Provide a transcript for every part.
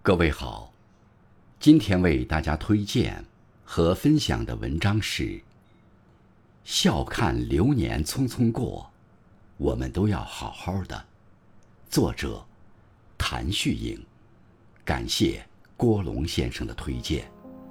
各位好，今天为大家推荐和分享的文章是笑看流年匆匆过，我们都要好好的。作者谭旭颖，感谢郭龙先生的推荐。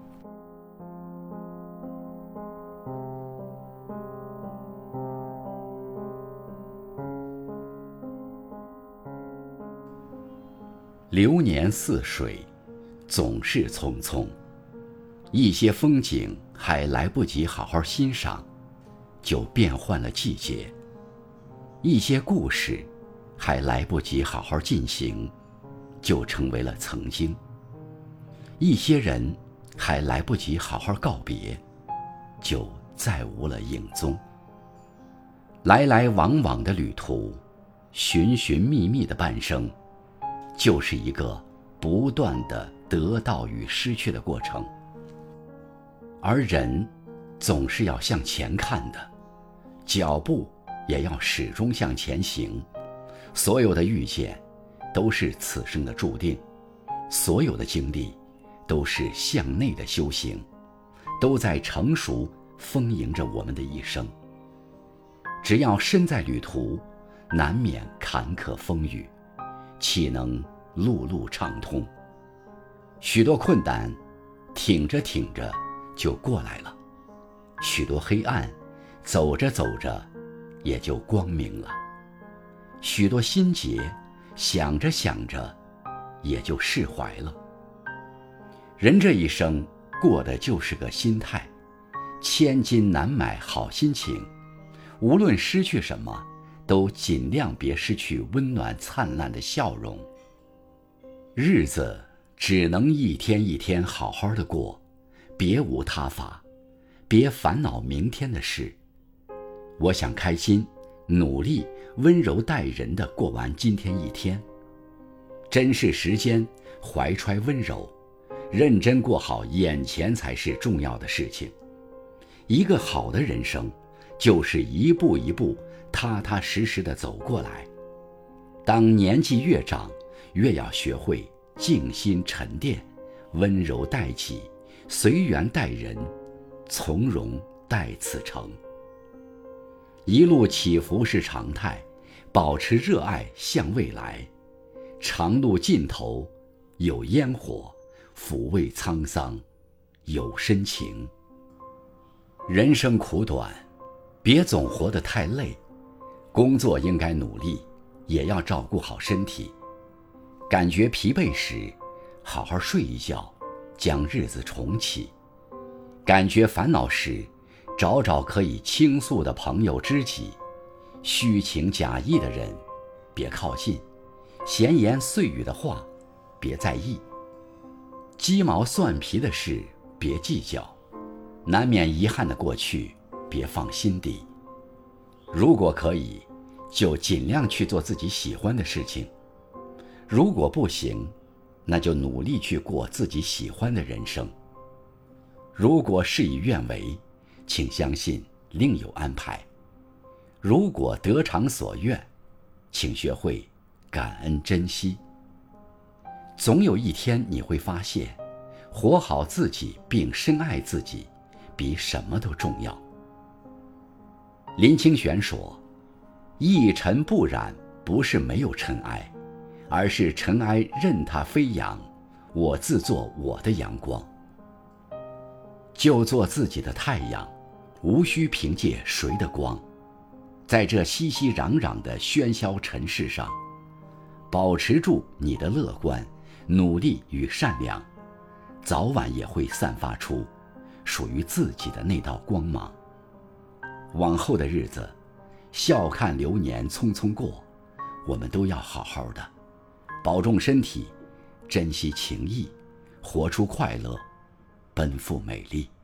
流年似水，总是匆匆，一些风景还来不及好好欣赏，就变换了季节；一些故事还来不及好好进行，就成为了曾经；一些人还来不及好好告别，就再无了影踪。来来往往的旅途，寻寻觅觅的半生，就是一个不断的得到与失去的过程。而人总是要向前看的，脚步也要始终向前行。所有的遇见都是此生的注定，所有的经历都是向内的修行，都在成熟丰盈着我们的一生。只要身在旅途，难免坎坷风雨，岂能路路畅通？许多困难挺着挺着就过来了，许多黑暗走着走着也就光明了，许多心结想着想着也就释怀了。人这一生过的就是个心态，千金难买好心情，无论失去什么，都尽量别失去温暖灿烂的笑容。日子只能一天一天好好的过，别无他法，别烦恼明天的事。我想开心，努力，温柔待人的过完今天一天，珍视时间，怀揣温柔，认真过好眼前才是重要的事情。一个好的人生，就是一步一步踏踏实实地走过来。当年纪越长，越要学会静心沉淀，温柔待己，随缘待人，从容待此程。一路起伏是常态，保持热爱向未来。长路尽头有烟火，抚慰沧桑有深情。人生苦短，别总活得太累，工作应该努力，也要照顾好身体。感觉疲惫时，好好睡一觉，将日子重启。感觉烦恼时，找找可以倾诉的朋友知己。虚情假意的人别靠近，闲言碎语的话别在意，鸡毛蒜皮的事别计较，难免遗憾的过去别放心底。如果可以，就尽量去做自己喜欢的事情，如果不行，那就努力去过自己喜欢的人生。如果事与愿违，请相信另有安排。如果得偿所愿，请学会感恩珍惜。总有一天你会发现，活好自己并深爱自己，比什么都重要。林清玄说，一尘不染不是没有尘埃，而是尘埃任它飞扬，我自做我的阳光。就做自己的太阳，无需凭借谁的光。在这熙熙攘攘的喧嚣尘世上，保持住你的乐观、努力与善良，早晚也会散发出属于自己的那道光芒。往后的日子，笑看流年匆匆过，我们都要好好的，保重身体，珍惜情谊，活出快乐，奔赴美丽。